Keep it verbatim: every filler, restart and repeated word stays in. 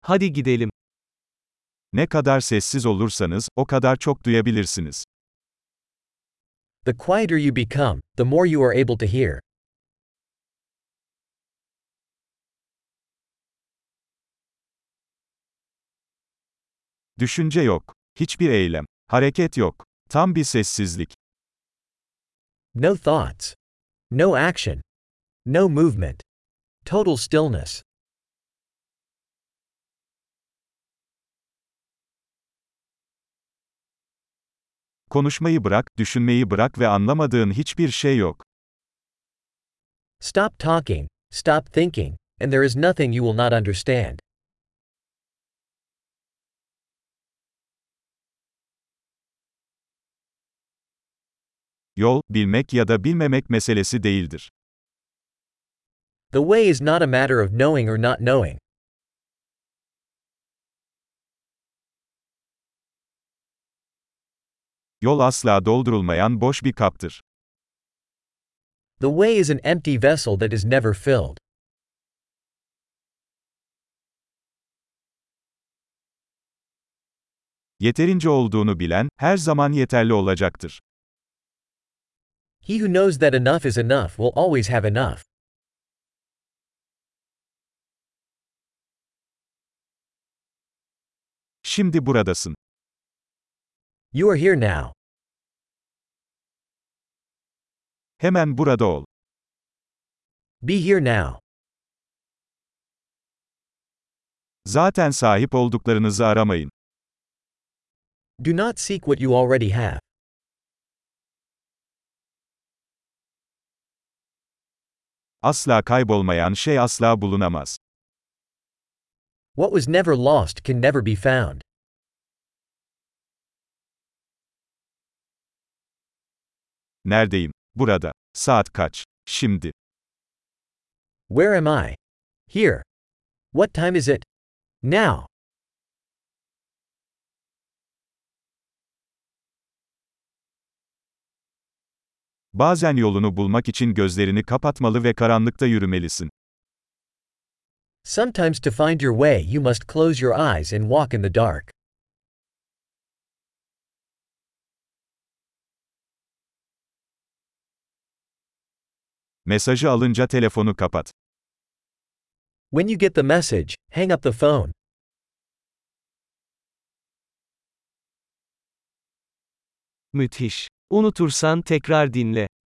Hadi gidelim. Ne kadar sessiz olursanız, o kadar çok duyabilirsiniz. The quieter you become, the more you are able to hear. Düşünce yok. Hiçbir eylem. Hareket yok. Tam bir sessizlik. No thoughts. No action. No movement. Total stillness. Konuşmayı bırak, düşünmeyi bırak ve anlamadığın hiçbir şey yok. Stop talking, stop thinking, and there is nothing you will not understand. Yol, bilmek ya da bilmemek meselesi değildir. The way is not a matter of knowing or not knowing. Yol asla doldurulmayan boş bir kaptır. The way is an empty vessel that is never filled. Yeterince olduğunu bilen, her zaman yeterli olacaktır. He who knows that enough is enough will always have enough. Şimdi buradasın. You are here now. Hemen burada ol. Be here now. Zaten sahip olduklarınızı aramayın. Do not seek what you already have. Asla kaybolmayan şey asla bulunamaz. What was never lost can never be found. Neredeyim? Burada. Saat kaç? Şimdi. Where am I? Here. What time is it? Now. Bazen yolunu bulmak için gözlerini kapatmalı ve karanlıkta yürümelisin. Sometimes to find your way you must close your eyes and walk in the dark. Mesajı alınca telefonu kapat. When you get the message, hang up the phone. Müthiş. Unutursan tekrar dinle.